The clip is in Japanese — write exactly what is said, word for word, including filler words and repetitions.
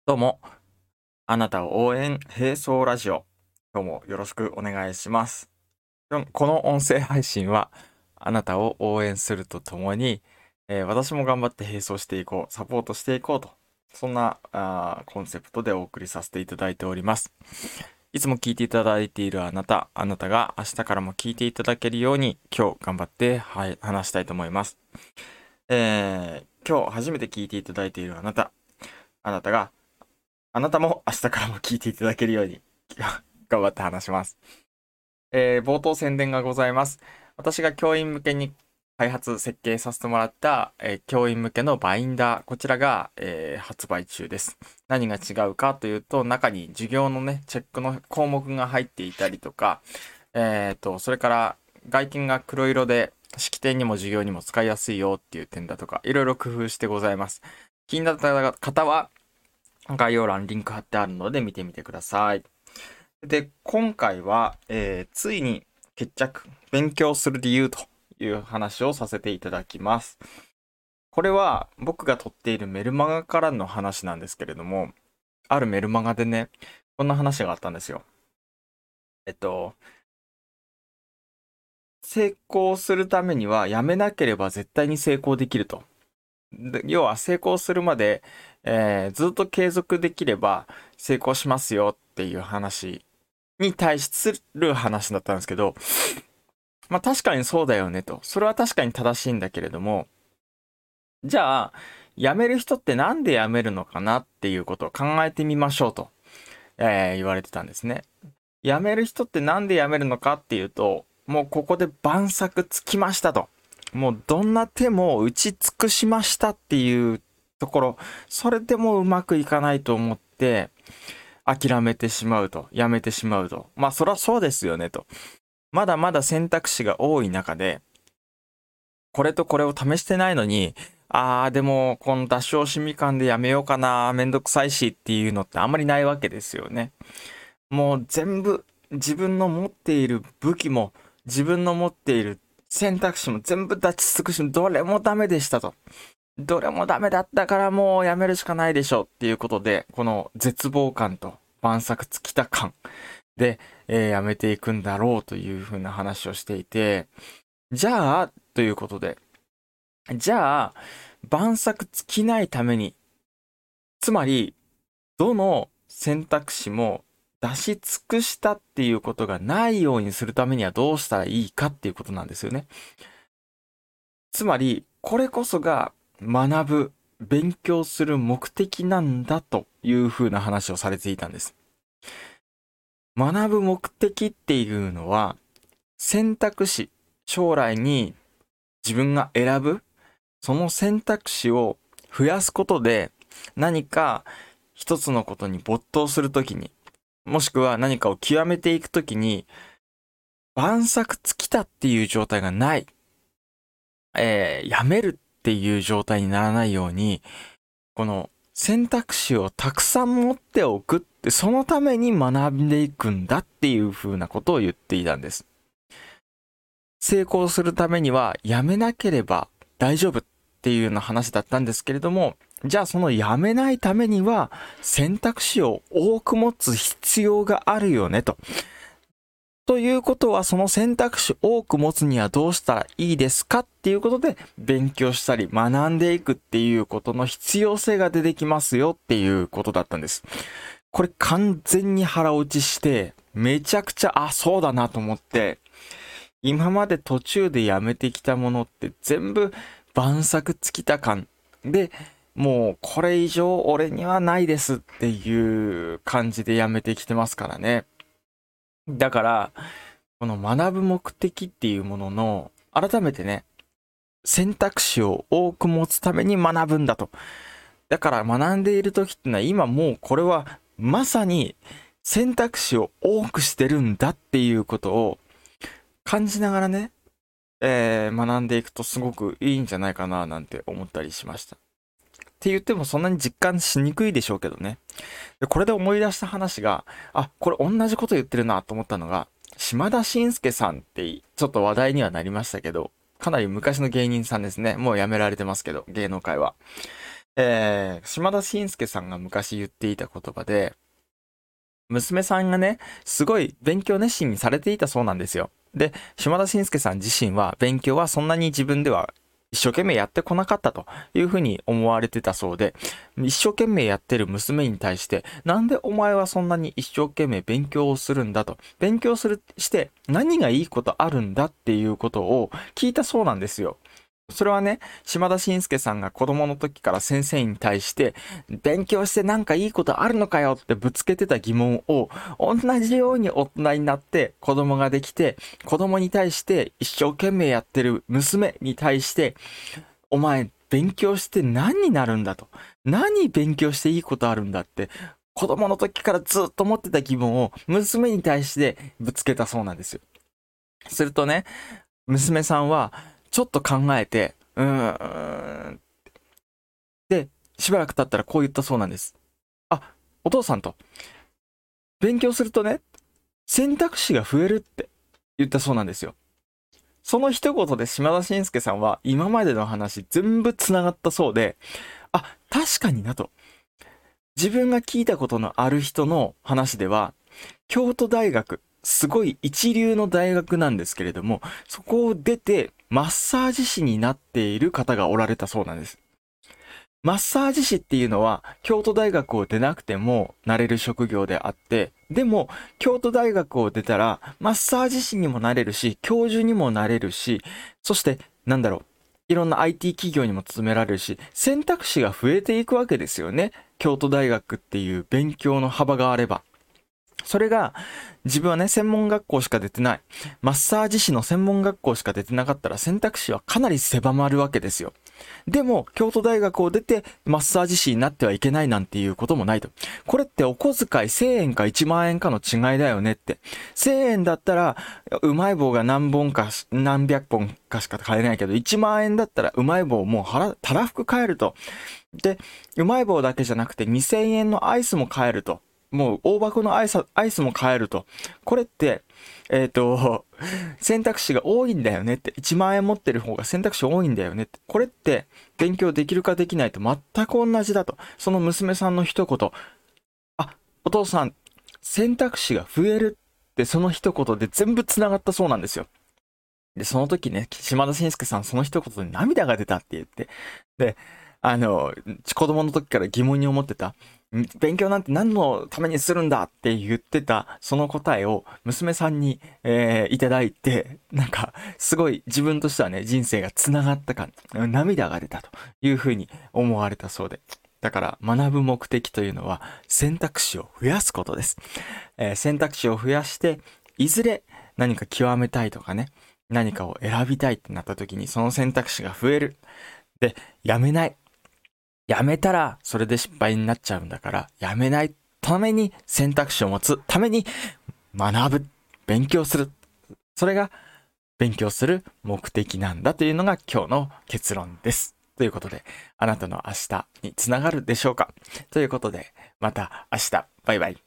どうも、あなたを応援並走ラジオ。今日もよろしくお願いします。この音声配信は、あなたを応援するとともに、えー私も頑張って並走していこう、サポートしていこうと、そんなあーコンセプトでお送りさせていただいております。いつも聞いていただいているあなた、あなたが明日からも聞いていただけるように、今日頑張って、はい、話したいと思います。えー今日初めて聞いていただいているあなた、あなたがあなたも明日からも聞いていただけるように頑張って話します。えー冒頭宣伝がございます。私が教員向けに開発設計させてもらった、えー教員向けのバインダー、こちらが、えー発売中です。何が違うかというと、中に授業のね、チェックの項目が入っていたりとか、えーと、それから外見が黒色で式典にも授業にも使いやすいよっていう点だとか、いろいろ工夫してございます。気になった方は、概要欄リンク貼ってあるので見てみてください。で、今回は、えーついに決着、勉強する理由という話をさせていただきます。これは僕が撮っているメルマガからの話なんですけれども、あるメルマガでね、こんな話があったんですよ。えっと、成功するためにはやめなければ絶対に成功できると。で要は成功するまで、えーずっと継続できれば成功しますよっていう話に対する話だったんですけど、まあ確かにそうだよねと。それは確かに正しいんだけれども、じゃあ、辞める人ってなんで辞めるのかなっていうことを考えてみましょうと、えー言われてたんですね。辞める人ってなんで辞めるのかっていうと、もうここで万策つきましたと。もうどんな手も打ち尽くしましたっていうところ、それでもうまくいかないと思って、諦めてしまうと、やめてしまうと。まあそりゃそうですよねと。まだまだ選択肢が多い中で、これとこれを試してないのに、あーでもこの出し惜しみ感でやめようかな、めんどくさいしっていうのってあんまりないわけですよね。もう全部自分の持っている武器も自分の持っている選択肢も全部立ち尽くし、どれもダメでしたと。どれもダメだったからもうやめるしかないでしょっていうことで、この絶望感と万策尽きた感で、えーやめていくんだろうというふうな話をしていて、じゃあ、ということで、じゃあ、万策尽きないために、つまり、どの選択肢も出し尽くしたっていうことがないようにするためにはどうしたらいいかっていうことなんですよね。つまり、これこそが学ぶ、勉強する目的なんだというふうな話をされていたんです。学ぶ目的っていうのは、選択肢、将来に自分が選ぶ、その選択肢を増やすことで、何か一つのことに没頭するときに、もしくは何かを極めていくときに、万策尽きたっていう状態がない、えー、やめるっていう状態にならないように、この選択肢をたくさん持っておくって、そのために学んでいくんだっていう風なことを言っていたんです。成功するためにはやめなければ大丈夫っていうような話だったんですけれども、じゃあそのやめないためには選択肢を多く持つ必要があるよねと。ということはその選択肢を多く持つにはどうしたらいいですかっていうことで勉強したり学んでいくっていうことの必要性が出てきますよっていうことだったんです。これ完全に腹落ちしてめちゃくちゃあそうだなと思って、今まで途中でやめてきたものって全部万策尽きた感で、もうこれ以上俺にはないですっていう感じでやめてきてますからね。だから、この学ぶ目的っていうものの、改めてね、選択肢を多く持つために学ぶんだと。だから学んでいる時ってのは今もうこれはまさに選択肢を多くしてるんだっていうことを感じながらね、えー学んでいくとすごくいいんじゃないかななんて思ったりしました。って言ってもそんなに実感しにくいでしょうけどね。でこれで思い出した話が、あ、これ同じこと言ってるなと思ったのが、島田紳介さんってちょっと話題にはなりましたけど、かなり昔の芸人さんですね。もう辞められてますけど、芸能界は。 えー、島田紳介さんが昔言っていた言葉で、娘さんがね、すごい勉強熱心にされていたそうなんですよ。で、島田紳介さん自身は勉強はそんなに自分では一生懸命やってこなかったというふうに思われてたそうで、一生懸命やってる娘に対して、なんでお前はそんなに一生懸命勉強をするんだと、勉強するして何がいいことあるんだっていうことを聞いたそうなんですよ。それはね、島田紳介さんが子供の時から先生に対して、勉強してなんかいいことあるのかよってぶつけてた疑問を、同じように大人になって子供ができて、子供に対して一生懸命やってる娘に対して、お前勉強して何になるんだと。何勉強していいことあるんだって、子供の時からずっと持ってた疑問を娘に対してぶつけたそうなんですよ。するとね、娘さんは、ちょっと考えて、うーん。で、しばらく経ったらこう言ったそうなんです。あ、お父さんと、勉強するとね、選択肢が増えるって言ったそうなんですよ。その一言で島田紳介さんは今までの話全部繋がったそうで、あ、確かになと。自分が聞いたことのある人の話では、京都大学、すごい一流の大学なんですけれども、そこを出てマッサージ師になっている方がおられたそうなんです。マッサージ師っていうのは京都大学を出なくてもなれる職業であって、でも京都大学を出たらマッサージ師にもなれるし、教授にもなれるし、そしてなんだろう、いろんな アイティー 企業にも勤められるし、選択肢が増えていくわけですよね。京都大学っていう勉強の幅があれば。それが、自分はね、専門学校しか出てない。マッサージ師の専門学校しか出てなかったら選択肢はかなり狭まるわけですよ。でも、京都大学を出てマッサージ師になってはいけないなんていうこともないと。これってお小遣いせんえんかいちまん円かの違いだよねって。せんえんだったら、うまい棒が何本か、何百本かしか買えないけど、いちまん円だったらうまい棒もう腹、たらふく買えると。で、うまい棒だけじゃなくてにせんえんのアイスも買えると。もう大箱のアイス、アイスも買えると。これって、えっと、選択肢が多いんだよねって。いちまん円持ってる方が選択肢多いんだよねって。これって勉強できるかできないと全く同じだと。その娘さんの一言。あ、お父さん、選択肢が増えるってその一言で全部繋がったそうなんですよ。で、その時ね、島田紳介さんその一言で涙が出たって言って。で、あの、子供の時から疑問に思ってた。勉強なんて何のためにするんだって言ってたその答えを娘さんに、えー、いただいて、なんかすごい自分としてはね、人生が繋がったか、涙が出たというふうに思われたそうで。だから学ぶ目的というのは選択肢を増やすことです。えー、選択肢を増やして、いずれ何か極めたいとかね、何かを選びたいってなった時にその選択肢が増える。で、やめない。やめたらそれで失敗になっちゃうんだから、やめないために選択肢を持つために学ぶ、勉強する。それが勉強する目的なんだというのが今日の結論です。ということで、あなたの明日につながるでしょうか。ということで、また明日。バイバイ。